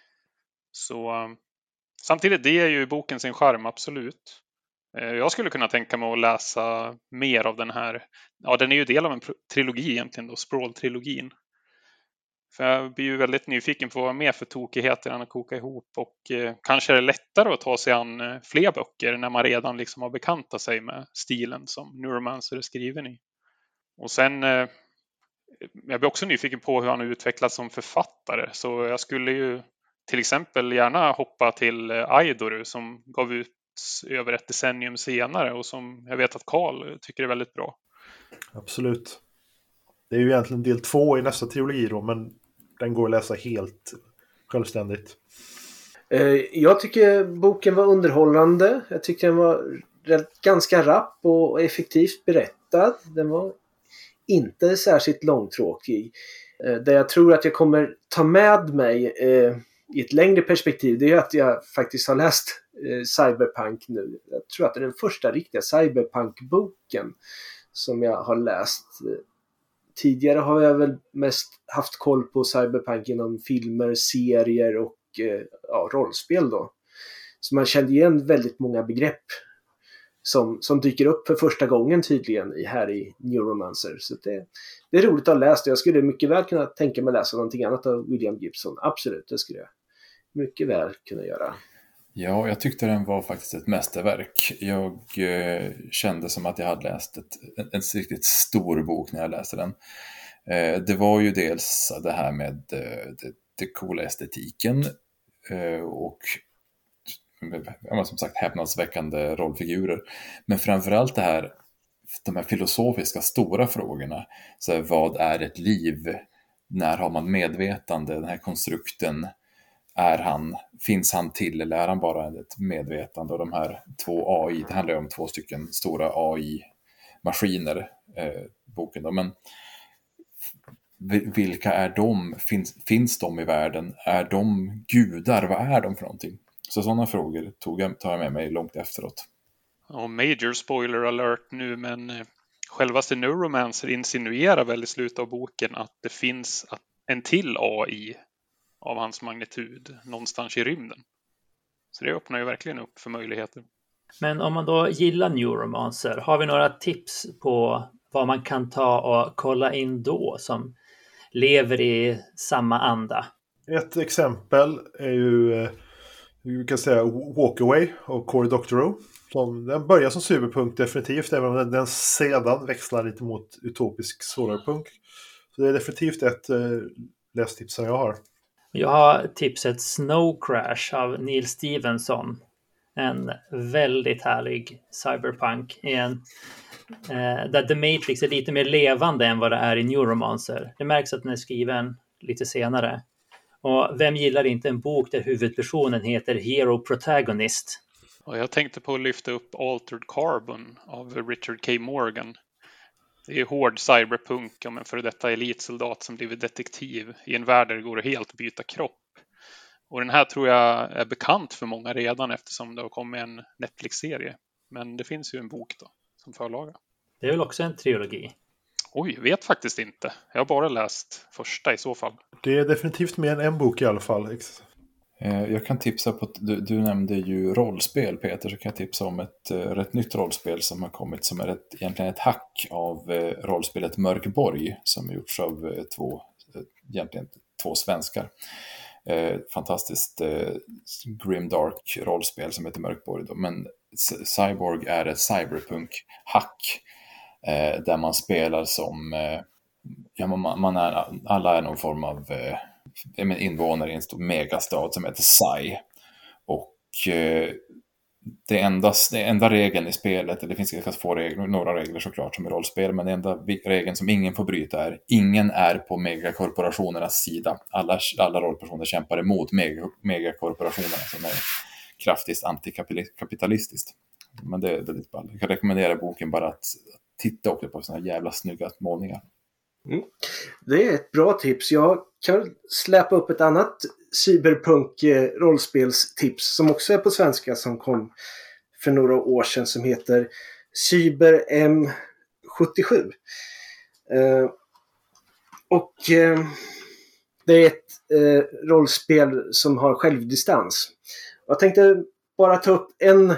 Så samtidigt, det är ju boken sin charm, absolut. Jag skulle kunna tänka mig att läsa mer av den här. Ja, den är ju del av en trilogi egentligen då, Sprawl-trilogin. För jag blir ju väldigt nyfiken på vad mer för tokigheter han har kokat ihop. Och kanske är det lättare att ta sig an fler böcker när man redan liksom har bekantat sig med stilen som Neuromancer är skriven i. Och sen, jag blir också nyfiken på hur han har utvecklats som författare. Så jag skulle ju till exempel gärna hoppa till Aidoru som gav ut över ett decennium senare och som jag vet att Carl tycker är väldigt bra. Absolut. Det är ju egentligen del 2 i nästa trilogi då, men den går att läsa helt självständigt. Jag tycker boken var underhållande. Jag tycker den var ganska rapp och effektivt berättad. Den var inte särskilt långtråkig. Det jag tror att jag kommer ta med mig i ett längre perspektiv, det är att jag faktiskt har läst Cyberpunk nu. Jag tror att det är den första riktiga Cyberpunk-boken som jag har läst. Tidigare har jag väl mest haft koll på Cyberpunk genom filmer, serier och rollspel då. Så man kände igen väldigt många begrepp som dyker upp för första gången tydligen här i Neuromancer. Så det är roligt att ha läst. Jag skulle mycket väl kunna tänka mig läsa någonting annat av William Gibson. Absolut, det skulle jag mycket väl kunna göra. Ja, jag tyckte den var faktiskt ett mästerverk. Jag kände som att jag hade läst en riktigt stor bok när jag läste den. Det var ju dels det här med det coola estetiken och som sagt häpnadsväckande rollfigurer. Men framförallt de här filosofiska stora frågorna. Så vad är ett liv? När har man medvetande? Den här konstrukten. Finns han till eller är han bara ett medvetande? Och de här 2 AI, det handlar ju om 2 stycken stora AI-maskiner, boken då. Men vilka är de? Finns de i världen? Är de gudar? Vad är de för någonting? Så sådana frågor tar jag med mig långt efteråt. Och major spoiler alert nu, men självaste Neuromancer insinuerar väl i slutet av boken att det finns en till AI av hans magnitud någonstans i rymden. Så det öppnar ju verkligen upp för möjligheter. Men om man då gillar Neuromancer, har vi några tips på vad man kan ta och kolla in då som lever i samma anda? Ett exempel är ju, vi kan säga, Walkaway av Cory Doctorow. Den börjar som cyberpunk definitivt, även om den sedan växlar lite mot utopisk solarpunk. Så det är definitivt ett lästips som jag har. Jag har tipset Snow Crash av Neil Stevenson. En väldigt härlig cyberpunk. Där The Matrix är lite mer levande än vad det är i Neuromancer. Det märks att den är skriven lite senare. Och vem gillar inte en bok där huvudpersonen heter Hero Protagonist? Och jag tänkte på att lyfta upp Altered Carbon av Richard K. Morgan. Det är hård cyberpunk om en före detta elitsoldat som blivit detektiv i en värld där det går att helt byta kropp. Och den här tror jag är bekant för många redan eftersom det har kommit en Netflix-serie. Men det finns ju en bok då som förlaga. Det är väl också en trilogi? Oj, vet faktiskt inte. Jag har bara läst första i så fall. Det är definitivt mer än en bok i alla fall. Jag kan tipsa på, du nämnde ju rollspel, Peter, så kan jag tipsa om ett rätt nytt rollspel som har kommit, som är egentligen ett hack av rollspelet Mörkborg, som är gjorts av två svenskar. Fantastiskt grimdark rollspel som heter Mörkborg då. Men Cyborg är ett cyberpunk-hack där man spelar som alla är någon form av invånare i en stor megastad som heter Psy. Och det enda regeln i spelet, det finns ganska få regler, några regler såklart som i rollspel, men den enda regeln som ingen får bryta är: ingen är på megakorporationernas sida. Alla rollpersoner kämpar emot megakorporationerna, som är kraftigt antikapitalistiskt. Men det är lite ball. Jag kan rekommendera boken, bara att titta också på såna här jävla snygga målningar. Mm. Det är ett bra tips. Jag kan släppa upp ett annat cyberpunk-rollspelstips som också är på svenska, som kom för några år sedan, som heter Cyber M77. Det är ett rollspel som har självdistans. Jag tänkte bara ta upp en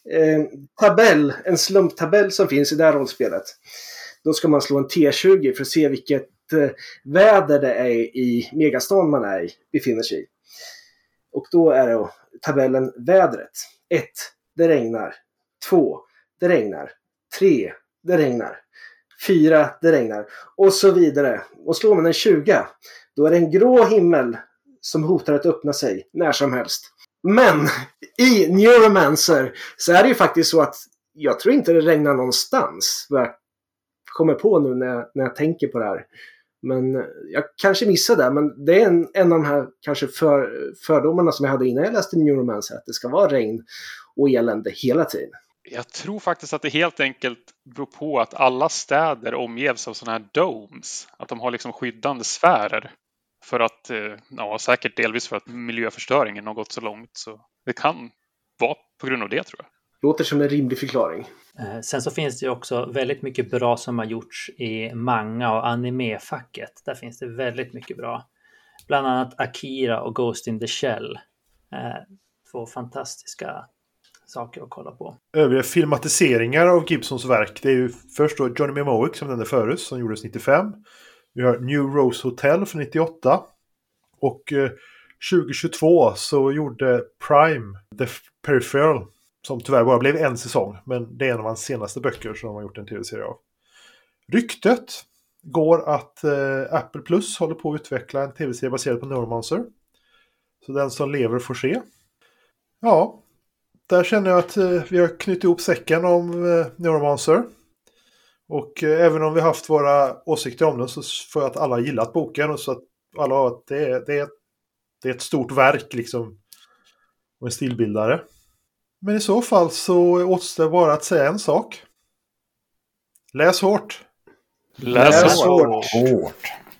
slumptabell som finns i det här rollspelet. Då ska man slå en T20 för att se vilket väder det är i megastan man befinner sig i. Och då är det tabellen vädret. 1. Det regnar. 2. Det regnar. 3. Det regnar. 4. Det regnar. Och så vidare. Och slår man en 20, då är det en grå himmel som hotar att öppna sig när som helst. Men i Neuromancer så är det ju faktiskt så att jag tror inte det regnar någonstans. Vad jag kommer på nu när jag tänker på det här. Men jag kanske missade det. Men det är en av de här kanske fördomarna som jag hade innan jag läste Neuromancer. Att det ska vara regn och elände hela tiden. Jag tror faktiskt att det helt enkelt beror på att alla städer omges av sådana här domes. Att de har liksom skyddande sfärer. För att, säkert delvis för att miljöförstöringen har gått så långt. Så det kan vara på grund av det, tror jag. Låter som en rimlig förklaring. Sen så finns det ju också väldigt mycket bra som har gjorts i manga- och anime-facket. Där finns det väldigt mycket bra. Bland annat Akira och Ghost in the Shell. Två fantastiska saker att kolla på. Övriga filmatiseringar av Gibsons verk, det är ju först då Johnny Mnemonic som nämnde förut, som gjordes 95. Vi har New Rose Hotel från 98. Och 2022 så gjorde Prime The Peripheral, som tyvärr bara blev en säsong, men det är en av hans senaste böcker som de har gjort en tv-serie av. Ryktet går att Apple Plus håller på att utveckla en tv-serie baserad på Neuromancer. Så den som lever får se. Ja, där känner jag att vi har knutit ihop säcken om Neuromancer. Och även om vi har haft våra åsikter om den, så får jag att alla har gillat boken. Och så att alla har att det är ett stort verk liksom. Och en stilbildare. Men i så fall så återstår bara att säga en sak. Läs hårt! Läs hårt! Hårt.